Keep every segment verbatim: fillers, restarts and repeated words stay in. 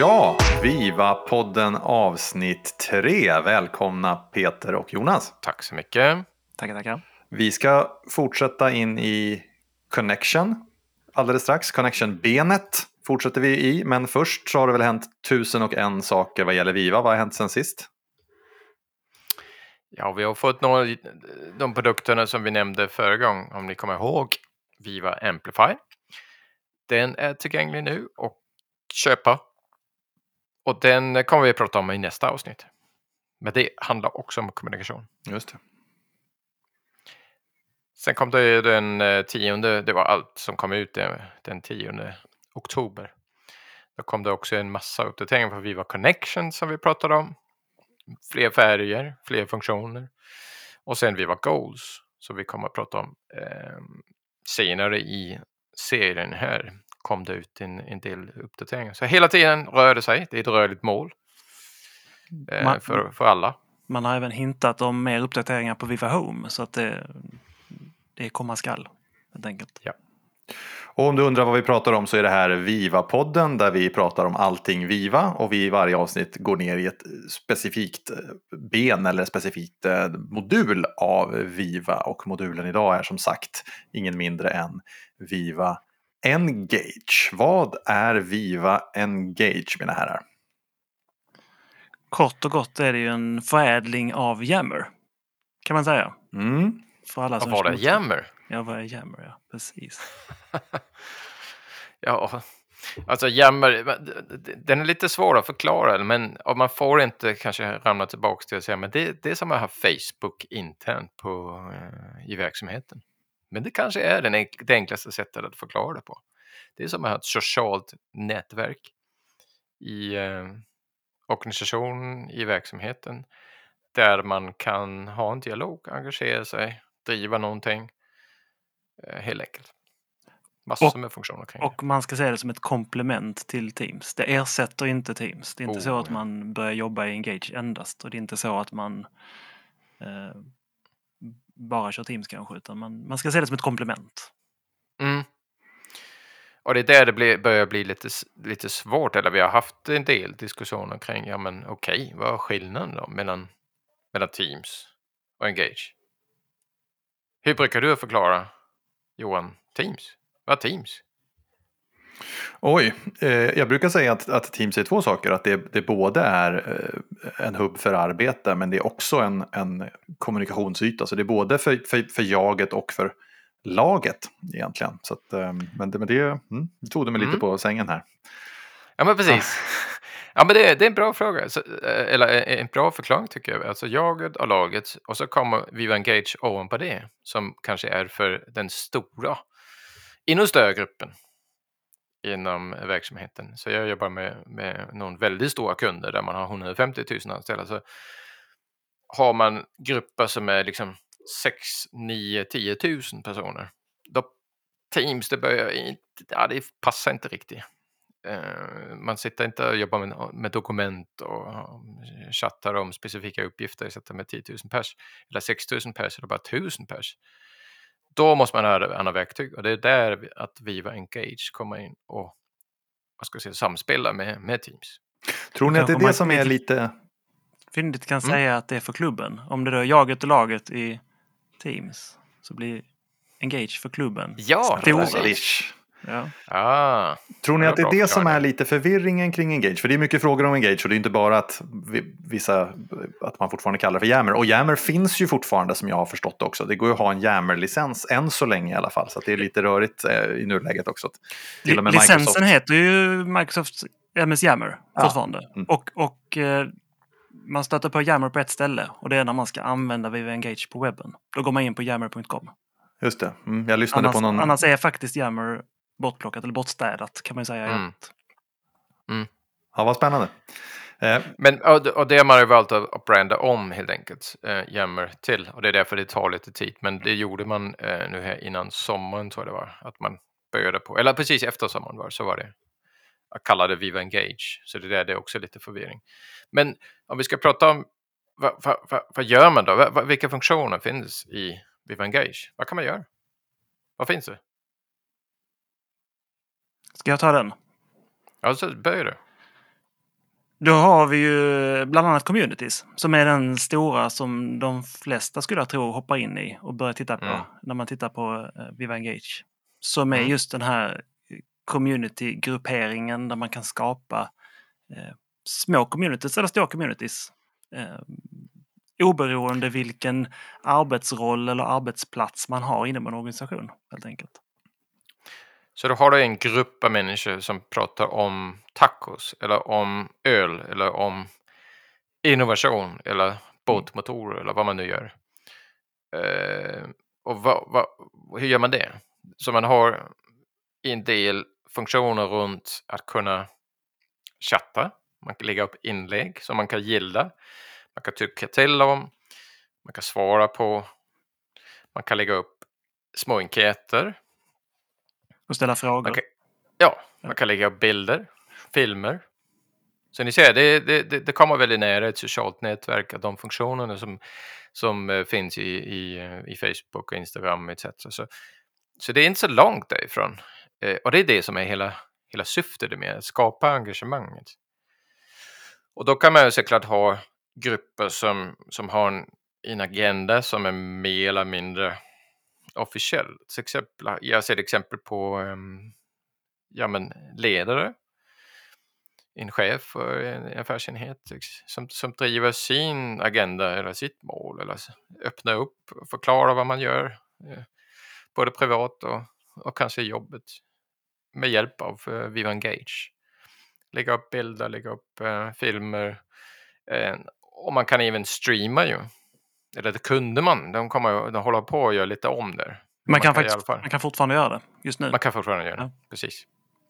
Ja, Viva-podden avsnitt tre. Välkomna Peter och Jonas. Tack så mycket. Tackar, tackar. Vi ska fortsätta in i Connection alldeles strax. Connection-benet fortsätter vi i, men först så har det väl hänt tusen och en saker vad gäller Viva. Vad har hänt sen sist? Ja, vi har fått några av de produkterna som vi nämnde förra gången, om ni kommer ihåg. Viva Amplify. Den är tillgänglig nu och köpa. Och den kommer vi att prata om i nästa avsnitt. Men det handlar också om kommunikation. Just det. Sen kom det den tionde, det var allt som kom ut den tionde oktober. Då kom det också en massa uppdateringar på Viva Connection som vi pratade om. Fler färger, fler funktioner. Och sen Viva Goals, som vi kommer att prata om eh, senare i serien här, kom det ut en, en del uppdateringar. Så hela tiden rör det sig, det är ett rörligt mål eh, man, för, för alla. Man har även hintat om mer uppdateringar på Viva Home, så att det, det komma skall, helt enkelt. Ja. Och om du undrar vad vi pratar om så är det här Viva-podden där vi pratar om allting Viva och vi i varje avsnitt går ner i ett specifikt ben eller specifikt modul av Viva, och modulen idag är som sagt ingen mindre än Viva Engage. Vad är Viva Engage, mina herrar? Kort och gott är det ju en förädling av Yammer, kan man säga. Mm. För alla som vad var det? Yammer? Ja, vad är Yammer? Ja, precis. Ja, alltså Yammer, den är lite svår att förklara, men man får inte kanske ramla tillbaka till att säga, men det, det är som att ha Facebook internt på, i verksamheten. Men det kanske är den enk- det enklaste sättet att förklara det på. Det är som att ha ett socialt nätverk i eh, organisation i verksamheten där man kan ha en dialog, engagera sig, driva någonting eh, helt enkelt. Massor Och, med funktioner kring och man ska se det som ett komplement till Teams. Det ersätter inte Teams. Det är inte Oh, så att ja. man börjar jobba i Engage endast. Och det är inte så att man eh, bara kör Teams kanske. Utan man, man ska se det som ett komplement. Mm. Och det är där det blir, börjar bli lite, lite svårt. Eller vi har haft en del diskussioner kring, ja men okej, okay, vad är skillnaden då mellan, mellan Teams och Engage? Hur brukar du förklara, Johan, Teams? Vad är Teams? Oj, eh, jag brukar säga att, att Teams är två saker. Att det, det både är eh, en hubb för arbete, men det är också en, en kommunikationsyta. Så det är både för, för, för jaget och för laget egentligen. Så att, eh, men det, men det mm, tog det mig Mm. lite på sängen här. Ja men precis. Ja men det, det är en bra fråga. Så, eller en bra förklaring tycker jag. Alltså jaget och laget. Och så kommer Viva Engage ovanpå det. Som kanske är för den stora, ännu större gruppen inom verksamheten. Så jag jobbar med, med någon väldigt stora kunder där man har hundrafemtio tusen anställda. Så har man grupper som är liksom sex, nio, tio tusen personer. Då Teams, det börjar inte, ja, det passar inte riktigt. Uh, man sitter inte och jobbar med, med dokument och uh, chattar om specifika uppgifter. Sätter med tio tusen pers eller sex tusen pers eller bara tusen pers. Då måste man ha andra verktyg, och det är där att Viva Engage kommer in och vad ska jag säga, samspela med, med Teams. Tror ni att det är det som är lite... Fyndigt kan Mm. säga att det är för klubben. Om det då är jaget och laget i Teams så blir Engage för klubben. Ja, precis. Ja. Ah, Tror ni det att det är var det bra som förklaring. är lite förvirringen kring Engage? För det är mycket frågor om Engage och det är inte bara att vi- vissa att man fortfarande kallar det för Yammer. Och Yammer finns ju fortfarande som jag har förstått det också. Det går ju att ha en Yammer-licens än så länge i alla fall. Så att det är lite rörigt eh, i nuläget också. Till och med Licensen Microsoft. heter ju Microsoft M S Yammer Ja. fortfarande. Mm. Och, och eh, man stöter på Yammer på ett ställe och det är när man ska använda Viva Engage på webben. Då går man in på yammer punkt com. Just det. Mm, jag lyssnade Annars, på någon... annars är faktiskt Yammer bortplockat eller bortstädat kan man säga. Mm. Mm. Ja, vad spännande. Eh, Men, och, och det har man ju valt att, att branda om helt enkelt, eh, Yammer till. Och det är därför det tar lite tid. Men det gjorde man eh, nu här innan sommaren tror jag det var. Att man började på, eller precis efter sommaren var så var det. Jag kallade det Viva Engage. Så det där det är också lite förvirring. Men om vi ska prata om vad, vad, vad, vad gör man då? Vad, vilka funktioner finns i Viva Engage? Vad kan man göra? Vad finns det? Ska jag ta den? Ja, så börjar du. Då har vi ju bland annat communities som är den stora som de flesta skulle jag tro hoppar in i och börjar titta på Mm. när man tittar på uh, Viva Engage. Som är Mm. just den här community-grupperingen där man kan skapa eh, små communities eller stora communities. Eh, oberoende vilken arbetsroll eller arbetsplats man har inom en organisation helt enkelt. Så då har du en grupp av människor som pratar om tacos eller om öl eller om innovation eller båtmotorer eller vad man nu gör. Eh, och vad, vad, hur gör man det? Så man har en del funktioner runt att kunna chatta. Man kan lägga upp inlägg som man kan gilla. Man kan tycka till om. Man kan svara på. Man kan lägga upp små enkäter. Och ställa frågor. Man kan, ja, man kan lägga upp bilder, filmer. Så ni ser, det, det, det kommer väldigt nära ett socialt nätverk av de funktionerna som, som finns i, i, i Facebook och Instagram et cetera. Så, så det är inte så långt därifrån. Eh, och det är det som är hela, hela syftet med att skapa engagemanget. Och då kan man ju såklart ha grupper som, som har en, en agenda som är mer eller mindre officiell. Till exempel, jag ser exempel på um, ja, men ledare. En chef för en affärsenhet som, som driver sin agenda eller sitt mål eller öppnar upp och förklarar vad man gör eh, både privat och, och kanske i jobbet med hjälp av eh, Viva Engage. Lägga upp bilder, lägga upp eh, filmer eh, och man kan även streama ju. Eller det kunde man, de kommer de håller på att göra lite om där. Man, man kan, kan, faktiskt, man kan fortfarande göra det just nu. Man kan fortfarande göra det, ja. Precis.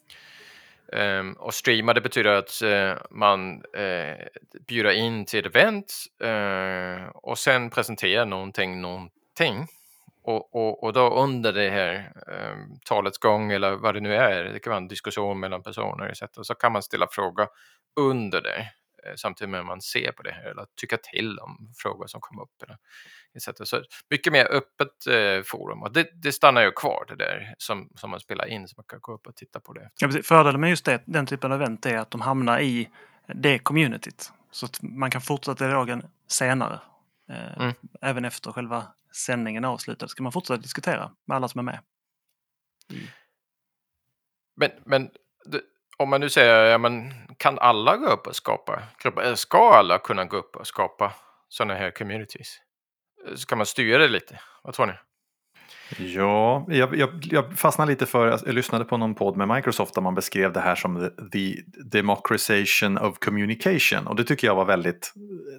Um, och streama, det betyder att uh, man uh, bjuder in till ett event uh, och sen presenterar någonting, någonting. Och, och, och då under det här um, talets gång eller vad det nu är, det kan vara en diskussion mellan personer et cetera, så kan man ställa frågor under det uh, samtidigt med att man ser på det här eller tycka till om frågor som kommer upp eller et cetera. Så mycket mer öppet uh, forum och det, det stannar ju kvar det där som, som man spelar in så man kan gå upp och titta på det. Ja, fördelen med just det, den typen av event är att de hamnar i det communityt. Så att man kan fortsätta dialogen senare. Eh, Mm. Även efter själva sändningen är avslutad ska man fortsätta diskutera med alla som är med. Mm. Men, men det, om man nu säger, ja, men kan alla gå upp och skapa grupper? Ska alla kunna gå upp och skapa sådana här communities? Ska man styra det lite? Vad tror ni? Ja, jag, jag, jag fastnade lite för, jag lyssnade på någon podd med Microsoft där man beskrev det här som the, the democratization of communication. Och det tycker jag var väldigt,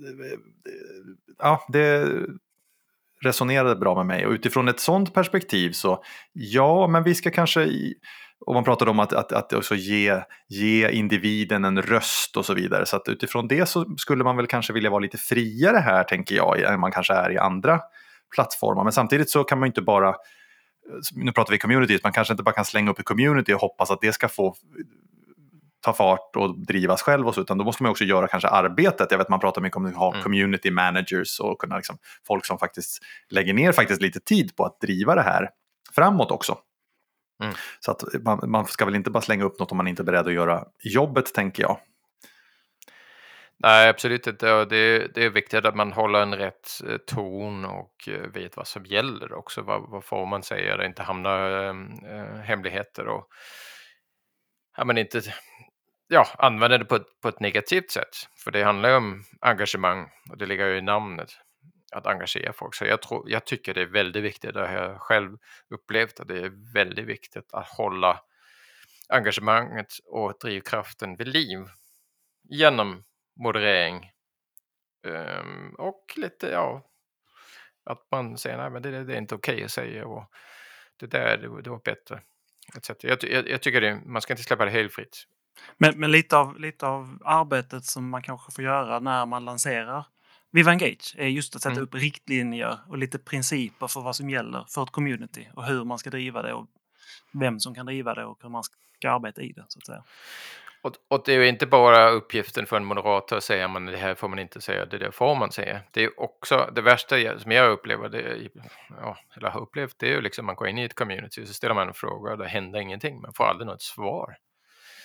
ja, det resonerade bra med mig. Och utifrån ett sådant perspektiv så, ja, men vi ska kanske, och man pratade om att, att, att också ge, ge individen en röst och så vidare. Så att utifrån det så skulle man väl kanske vilja vara lite friare här, tänker jag, än man kanske är i andra plattformar. Men samtidigt så kan man ju inte bara, nu pratar vi communities, man kanske inte bara kan slänga upp ett community och hoppas att det ska få ta fart och drivas själv och så, utan då måste man också göra kanske arbetet. Jag vet man pratar mycket om att ha Mm. community managers och kunna liksom, folk som faktiskt lägger ner faktiskt lite tid på att driva det här framåt också. Mm. Så att man, man ska väl inte bara slänga upp något om man inte är beredd att göra jobbet, tänker jag. Nej, absolut inte. Det, det är viktigt att man håller en rätt ton och vet vad som gäller också. Vad, vad får man säga? Det inte hamnar äh, hemligheter och ja, men inte ja, använda det på ett, på ett negativt sätt. För det handlar ju om engagemang och det ligger ju i namnet att engagera folk. Så jag, tror, jag tycker det är väldigt viktigt. Det har jag själv upplevt att det är väldigt viktigt att hålla engagemanget och drivkraften vid liv genom moderering um, och lite, ja, att man säger nej men det, det är inte okej okay att säga och det där, det, det var bättre. Jag, jag, jag tycker det, man ska inte släppa det helt fritt. Men, men lite, av, lite av arbetet som man kanske får göra när man lanserar Viva Engage är just att sätta Mm. upp riktlinjer och lite principer för vad som gäller för ett community och hur man ska driva det och vem som kan driva det och hur man ska arbeta i det, så att säga. Och, och det är ju inte bara uppgiften för en moderator att säga att det här får man inte säga, det där får man säga. Det är också det värsta som jag upplever, det, ja, eller har upplevt, det är ju liksom man går in i ett community och så ställer man en fråga och det händer ingenting, man får aldrig något svar.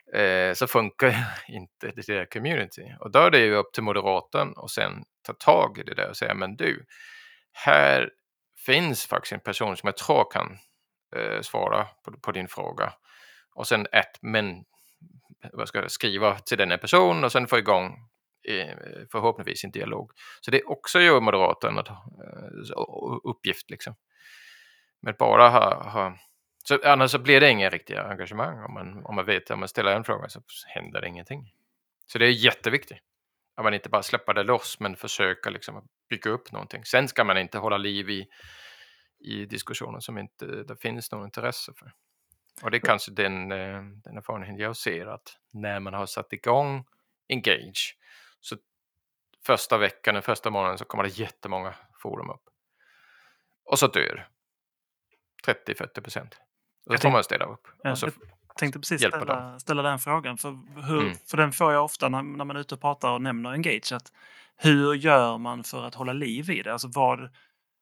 eh, så funkar inte det där community. Och då är det ju upp till moderatorn och sen ta tag i det där och säga, men du, här finns faktiskt en person som jag tror kan eh, svara på, på din fråga. Och sen ett, men vad ska jag skriva till den här personen och sen få igång eh, förhoppningsvis en dialog. Så det är också ju moderatorn att, eh, uppgift liksom. Men bara ha, ha så annars så blir det ingen riktiga engagemang om man, om man vet om man ställer en fråga så händer ingenting. Så det är jätteviktigt att man inte bara släpper det loss men försöka liksom bygga upp någonting. Sen ska man inte hålla liv i, i diskussioner som inte det finns någon intresse för. Och det är kanske den, den erfarenhet jag ser att när man har satt igång Engage så första veckan och första månaden så kommer det jättemånga forum upp. Och så dör trettio till fyrtio procent. Och så får man ställa upp. Ja, och så jag tänkte precis hjälpa ställa, ställa den frågan. För, hur, Mm. för den får jag ofta när, när man är ute och pratar och nämner Engage. Att hur gör man för att hålla liv i det? Alltså vad,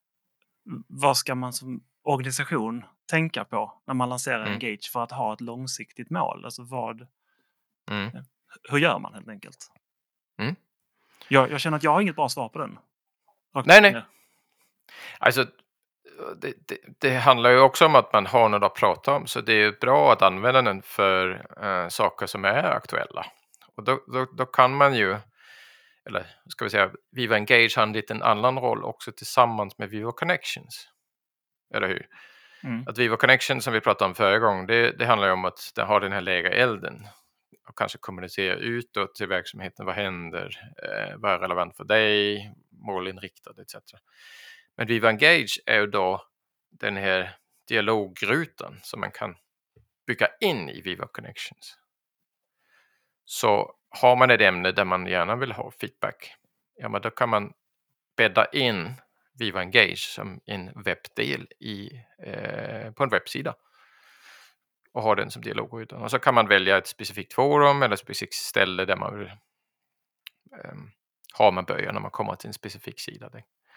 vad ska man som organisation tänka på när man lanserar Mm. Engage för att ha ett långsiktigt mål? Alltså vad, Mm. hur gör man helt enkelt? Mm. Jag, jag känner att jag har inget bra svar på den. Nej, nej. Alltså, det, det, det handlar ju också om att man har något att prata om. Så det är bra att använda den för äh, saker som är aktuella. Och då, då, då kan man ju, eller ska vi säga, Viva Engage har en liten annan roll också tillsammans med Viva Connections. Eller hur? Mm. Att Viva Connections som vi pratade om förra gången, det, det handlar ju om att den har den här läga elden. Och kanske kommunicera utåt till verksamheten. Vad händer? Eh, vad är relevant för dig? Målinriktat et cetera. Men Viva Engage är ju då den här dialogrutan som man kan bygga in i Viva Connections. Så har man ett ämne där man gärna vill ha feedback, ja men då kan man bädda in Viva Engage som en webbdel i, eh, på en webbsida. Och ha den som dialogrutan. Och så kan man välja ett specifikt forum eller ett specifikt ställe där man vill um, ha man börjar när man kommer till en specifik sida.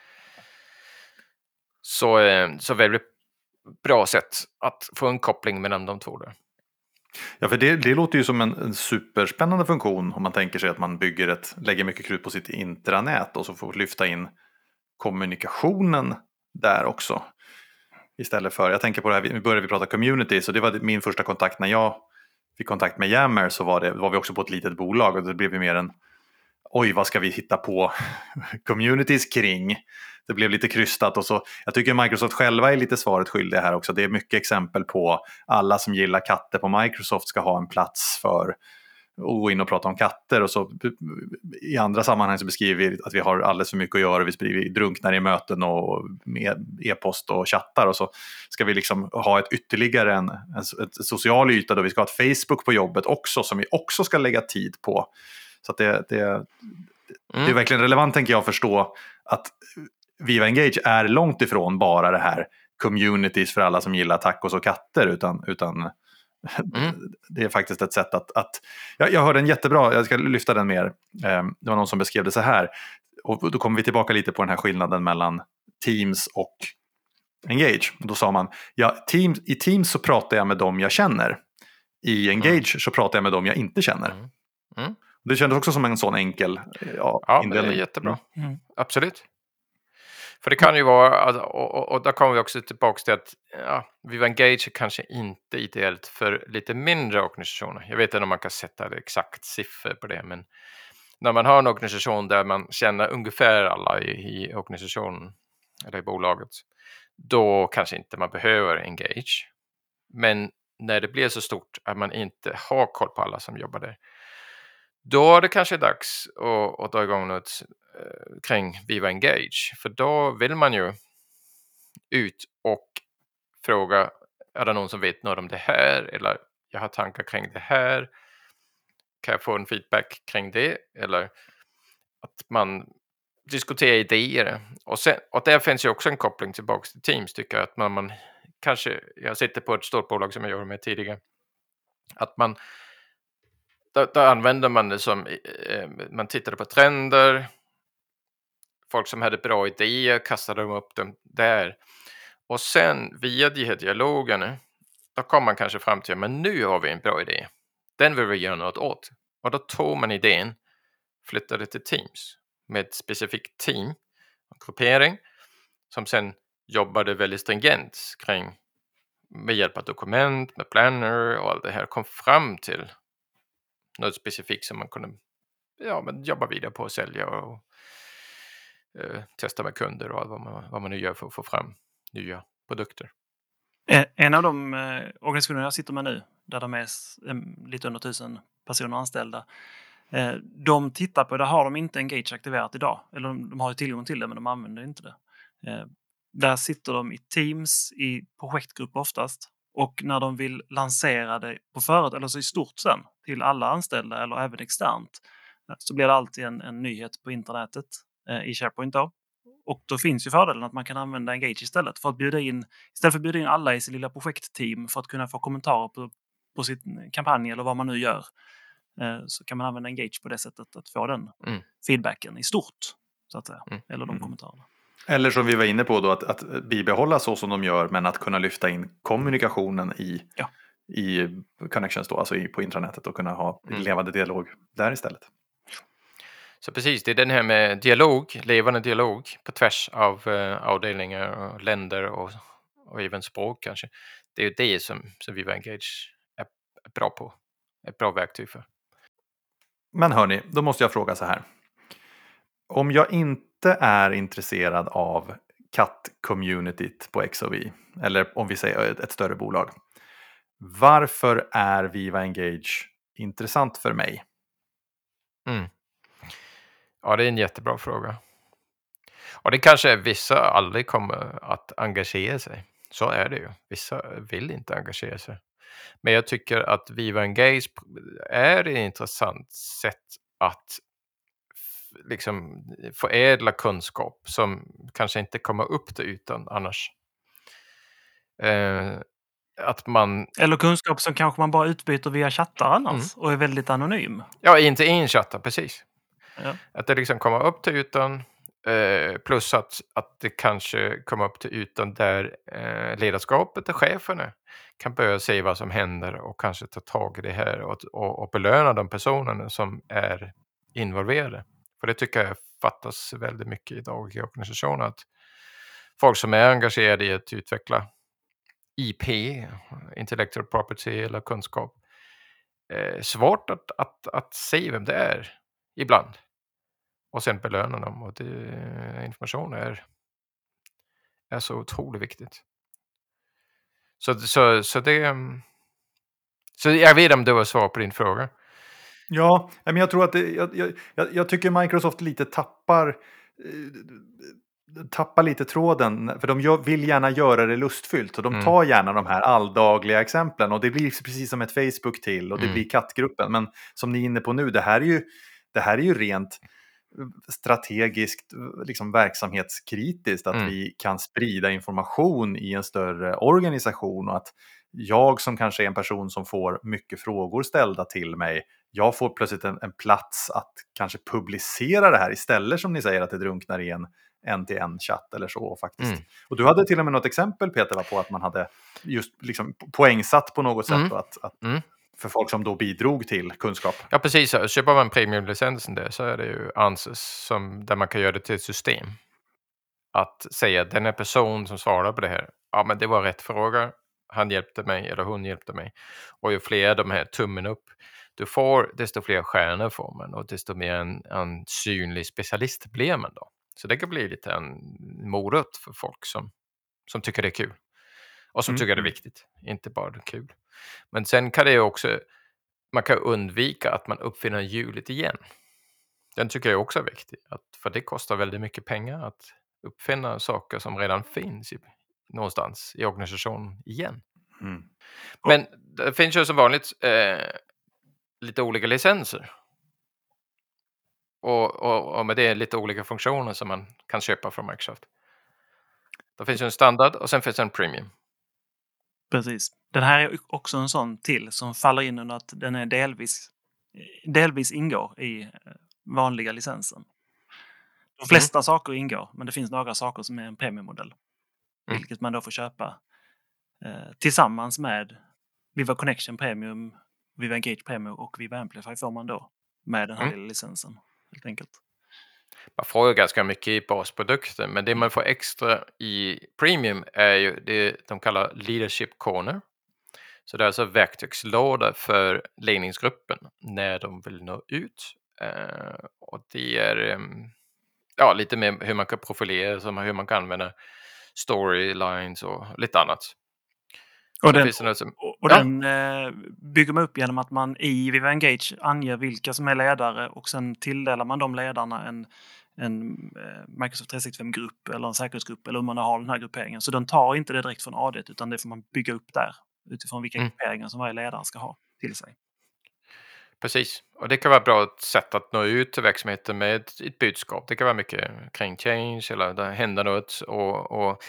Så, um, så väldigt bra sätt att få en koppling mellan de två där. Ja, för det, det låter ju som en, en superspännande funktion om man tänker sig att man bygger ett, lägger mycket krut på sitt intranät och så får lyfta in kommunikationen där också. Istället för, jag tänker på det här, nu började vi prata community, så det var min första kontakt när jag fick kontakt med Yammer, så var, det, var vi också på ett litet bolag och det blev ju mer en, oj vad ska vi hitta på communities kring? Det blev lite krystat och så, jag tycker Microsoft själva är lite svaret skyldiga här också. Det är mycket exempel på alla som gillar katter på Microsoft ska ha en plats för att gå in och prata om katter, och så i andra sammanhang så beskriver vi att vi har alldeles för mycket att göra, vi skriver drunknar i möten och e-post och chattar, och så ska vi liksom ha ett ytterligare en, en ett social yta då vi ska ha ett Facebook på jobbet också som vi också ska lägga tid på. Så att det, det, mm. det är verkligen relevant, tänker jag, att förstå att Viva Engage är långt ifrån bara det här communities för alla som gillar tacos och katter, utan, utan mm. det är faktiskt ett sätt att, att jag, jag hörde en jättebra, jag ska lyfta den mer, det var någon som beskrev det så här, och då kommer vi tillbaka lite på den här skillnaden mellan Teams och Engage. Och då sa man, ja, teams, i Teams så pratar jag med dem jag känner, i Engage mm. så pratar jag med dem jag inte känner. Mm. Mm. Det kändes också som en sån enkel ja, ja indelning. Det är jättebra, mm. absolut. För det kan ju vara, och, och, och där kommer vi också tillbaka till att ja, Viva Engage är kanske inte ideellt för lite mindre organisationer. Jag vet inte om man kan sätta exakt siffror på det, men när man har en organisation där man känner ungefär alla i, i organisationen eller i bolaget, då kanske inte man behöver Engage. Men när det blir så stort att man inte har koll på alla som jobbar där, då är det kanske dags att, att dra igång något eh, kring Viva Engage. För då vill man ju ut och fråga, är det någon som vet något om det här? Eller jag har tankar kring det här. Kan jag få en feedback kring det? Eller att man diskuterar idéer. Och, sen, och där finns ju också en koppling tillbaka till Teams, tycker jag. Att man, man kanske, jag sitter på ett stort bolag som jag gjorde med tidigare. Att man Där, där använder man det som, eh, man tittade på trender, folk som hade bra idéer, kastade de upp dem där. Och sen via de här dialogerna, då kommer man kanske fram till, men nu har vi en bra idé. Den vill vi göra något åt. Och då tog man idén, flyttade till Teams med ett specifikt team, en gruppering, som sen jobbade väldigt stringent kring med hjälp av dokument, med planner och allt det här, kom fram till något specifikt som man kunde ja, men jobba vidare på och sälja och eh, testa med kunder och vad man, vad man nu gör för att få fram nya produkter. En av de eh, organisationer jag sitter med nu, där de är s- em, lite under tusen personer anställda, eh, de tittar på, där har de inte Engage aktiverat idag. Eller de, de har ju tillgång till det, men de använder inte det. Eh, där sitter de i teams, i projektgrupper oftast. Och när de vill lansera det på företag, eller så i stort sen, till alla anställda eller även externt, eh, så blir det alltid en, en nyhet på internetet eh, i SharePoint då. Och då finns ju fördelen att man kan använda Engage istället för att bjuda in, istället för att bjuda in alla i sin lilla projektteam för att kunna få kommentarer på, på sin kampanj eller vad man nu gör. Eh, så kan man använda Engage på det sättet att få den Mm. feedbacken i stort, så att säga. Mm. Eller de Mm. kommentarerna. Eller som vi var inne på då, att, att bibehålla så som de gör, men att kunna lyfta in kommunikationen i, Ja. i connections då, alltså i, på intranätet och kunna ha Mm. levande dialog där istället. Så precis, det är den här med dialog, levande dialog på tvärs av eh, avdelningar och länder och, och även språk kanske. Det är ju det som, som Viva Engage är, är bra på, ett bra verktyg för. Men hörni, då måste jag fråga så här. Om jag inte är intresserad av katt-communityt på X O V, eller om vi säger ett, ett större bolag, varför är Viva Engage intressant för mig? Mm. Ja, det är en jättebra fråga. Och det kanske är vissa aldrig kommer att engagera sig. Så är det ju. Vissa vill inte engagera sig. Men jag tycker att Viva Engage är ett intressant sätt att f- liksom förädla kunskap som kanske inte kommer upp till ytan annars. Eh, att man, Eller kunskap som kanske man bara utbyter via chattar annars och är väldigt anonym. ja inte inchattar precis. Ja. Att det liksom kommer upp till ytan. Eh, plus att, att det kanske kommer upp till ytan där eh, ledarskapet och cheferna kan börja se vad som händer och kanske ta tag i det här och, och, och belöna de personerna som är involverade. För det tycker jag fattas väldigt mycket idag i organisationen. Att folk som är engagerade i att utveckla I P, intellectual property eller kunskap, eh, svårt att, att, att se vem det är ibland. Och sen belöna dem. Och det, information är, är så otroligt viktigt. Så, så, så det... Så jag vet om du har svar på din fråga. Ja, men jag tror att det, jag, jag, jag tycker Microsoft lite tappar eh, tappar lite tråden, för de gör, vill gärna göra det lustfyllt och de Mm. tar gärna de här alldagliga exemplen och det blir precis som ett Facebook till och det Mm. blir kattgruppen. Men som ni är inne på nu, det här är ju, det här är ju rent strategiskt liksom verksamhetskritiskt att Mm. vi kan sprida information i en större organisation och att jag som kanske är en person som får mycket frågor ställda till mig, jag får plötsligt en, en plats att kanske publicera det här istället, som ni säger, att det drunknar i en en-till-en-chatt eller så faktiskt. Mm. Och du hade till och med något exempel, Peter, va, på att man hade just liksom poängsatt på något sätt Mm. och att, att Mm. för folk som då bidrog till kunskap. Ja, precis. Så köper man premiumlicensen där så är det ju Ansys som, där man kan göra det till ett system. Att säga att den här person som svarar på det här, ja men det var rätt fråga. Han hjälpte mig eller hon hjälpte mig. Och ju fler de här tummen upp du får, desto fler stjärnor får man. Och desto mer en, en synlig specialist blir man då. Så det kan bli lite en morot för folk som, som tycker det är kul. Och som Mm. tycker det är viktigt. Inte bara det är kul. Men sen kan det ju också, man kan undvika att man uppfinner hjulet igen. Den tycker jag också är viktig. Att, för det kostar väldigt mycket pengar att uppfinna saker som redan finns i, någonstans i organisationen igen. Mm. Men det finns ju som vanligt eh, lite olika licenser. Och, och, och med det lite olika funktioner som man kan köpa från Microsoft. Det finns ju en standard och sen finns det en premium. Precis. Den här är också en sån till som faller in under att den är delvis, delvis ingår i vanliga licensen. De flesta mm. saker ingår, men det finns några saker som är en premiummodell. Mm. Vilket man då får köpa eh, tillsammans med Viva Connection Premium Viva Engage Premium och Viva Amplify får man då med den här Mm. lilla licensen, helt enkelt. Man får ju ganska mycket i basprodukten, men det man får extra i Premium är ju det de kallar Leadership Corner. Så det är alltså verktygslåda för ledningsgruppen när de vill nå ut. Uh, och det är um, ja, lite mer hur man kan profilera, som hur man kan använda storylines och lite annat. Och den, som, och, och ja. den eh, bygger man upp genom att man i Viva Engage anger vilka som är ledare och sen tilldelar man de ledarna en, en eh, Microsoft tre sextiofem-grupp eller en säkerhetsgrupp eller hur man har den här grupperingen. Så den tar inte det direkt från A D utan det får man bygga upp där utifrån vilka mm. grupperingar som varje ledare ska ha till sig. Precis, och det kan vara ett bra sätt att nå ut till verksamheten med ett, ett budskap. Det kan vara mycket kring change eller det händer något och, och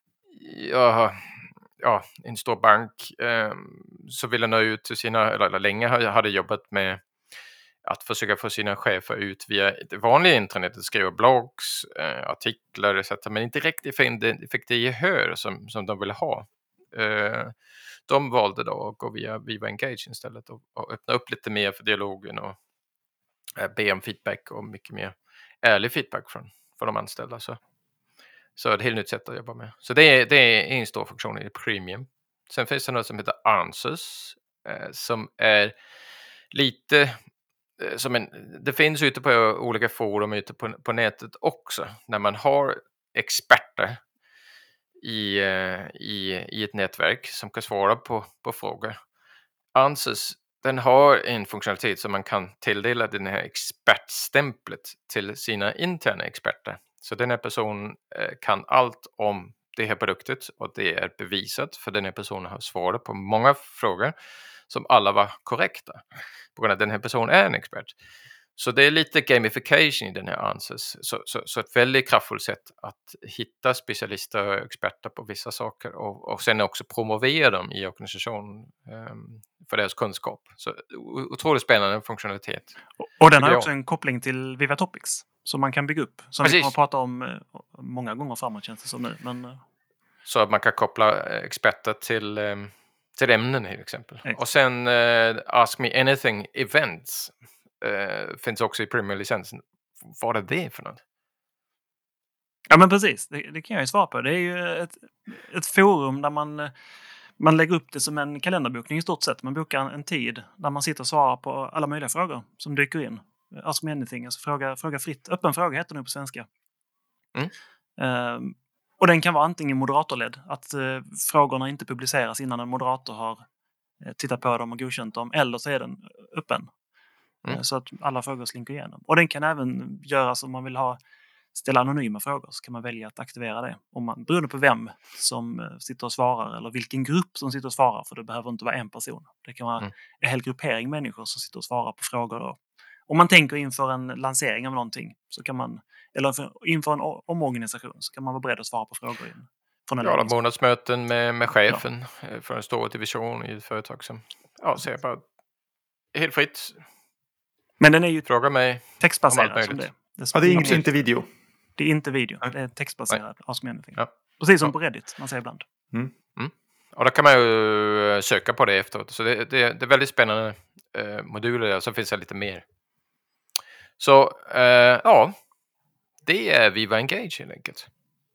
ja, ja, en stor bank eh, så vill nå ut till sina, eller, eller länge hade jobbat med att försöka få sina chefer ut via det vanliga internetet, skriva blogs, eh, artiklar et cetera, men inte riktigt fick det gehör som, som de ville ha. Eh, de valde då att gå via Viva Engage istället och, och öppna upp lite mer för dialogen och eh, be om feedback och mycket mer ärlig feedback från, från de anställda. Så, så ett helt nytt sätt att jobba med. Så det är, det är en stor funktion i Premium. Sen finns det något som heter Answers eh, som är lite eh, som en, det finns ute på olika forum ute på, på nätet också när man har experter I, i, i ett nätverk som kan svara på, på frågor. Answers, den har en funktionalitet som man kan tilldela den här expertstämplet till sina interna experter. Så den här personen eh, kan allt om det här produktet och det är bevisat för den här personen har svarat på många frågor som alla var korrekta. På grund av att den här personen är en expert. Så det är lite gamification i den här Answers. Så, så, så ett väldigt kraftfullt sätt att hitta specialister och experter på vissa saker och, och sen också promovera dem i organisationen um, för deras kunskap. Så otroligt spännande funktionalitet. Och, och den har också en koppling till Viva Topics som man kan bygga upp. Som Precis. Vi kommer att prata om uh, många gånger framåt känns det som nu. Men, uh... Så att man kan koppla experter till, um, till ämnen till exempel. Exakt. Och sen uh, Ask Me Anything Events. Uh, finns också i Premium-licensen. Vad är det för något? Ja men precis, det, det kan jag ju svara på. Det är ju ett, ett forum där man, man lägger upp det som en kalenderbokning i stort sett. Man bokar en tid där man sitter och svarar på alla möjliga frågor som dyker in. Ask me anything, alltså fråga, fråga fritt. Öppen fråga heter det på svenska. Mm. Uh, och den kan vara antingen moderatorledd, att uh, frågorna inte publiceras innan en moderator har uh, tittat på dem och godkänt dem. Eller så är den öppen. Mm. Så att alla frågor slinker igenom. Och den kan även göras om man vill ha ställa anonyma frågor så kan man välja att aktivera det. Om man, beroende på vem som sitter och svarar eller vilken grupp som sitter och svarar, för det behöver inte vara en person. Det kan vara mm. en hel gruppering människor som sitter och svarar på frågor. Då. Om man tänker inför en lansering av någonting så kan man, eller inför en omorganisation så kan man vara beredd att svara på frågor. In, från en ja, månadsmöten med, med chefen ja. för en stor division i ett företag som ja, säger bara helt fritt. Men den är ju Fråga mig textbaserad som det. Det, ja, det är inte, inte video. Det är inte video, det är textbaserad Ask Me Anything. Ja. Precis som ja. på Reddit, man säger ibland. Mm. Mm. Och då kan man ju söka på det efteråt. Så det, det, det är väldigt spännande eh, moduler och så finns det lite mer. Så eh, ja, det är Viva Engage helt enkelt.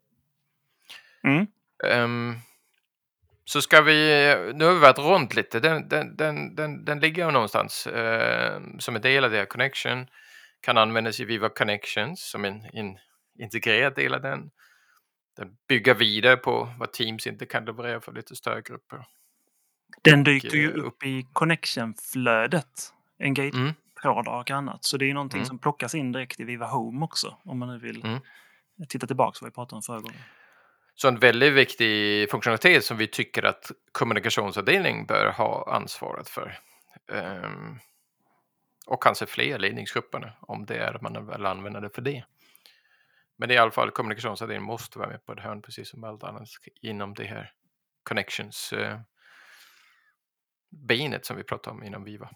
Mm. Um, så ska vi, nu har vi varit runt lite, den, den, den, den, den ligger någonstans eh, som en del av det här Connection. Kan användas i Viva Connections som en, en integrerad del av den. Den bygger vidare på vad Teams inte kan leverera för lite större grupper. Den dyker och, ju upp i Connection-flödet. Engage-trådar mm. och annat. Så det är ju någonting mm. som plockas in direkt i Viva Home också. Om man nu vill mm. titta tillbaka vad vi pratade om förra gången. Så en väldigt viktig funktionalitet som vi tycker att kommunikationsavdelning bör ha ansvaret för. Um, och kanske fler ledningsgrupperna om det är att man väl använder det för det. Men det är i alla fall kommunikationsavdelningen måste vara med på det hörn precis som allt annat inom det här connections uh, benet som vi pratar om inom Viva.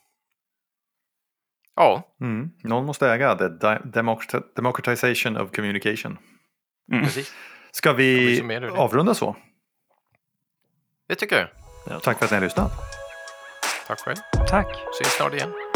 Ja. Mm. Någon måste äga det. Democrat- democratization of communication. Mm. Precis. Ska vi avrunda så? Det tycker jag. Tack för att ni har lyssnat. Tack. Tack själv. Tack! Ses snart igen.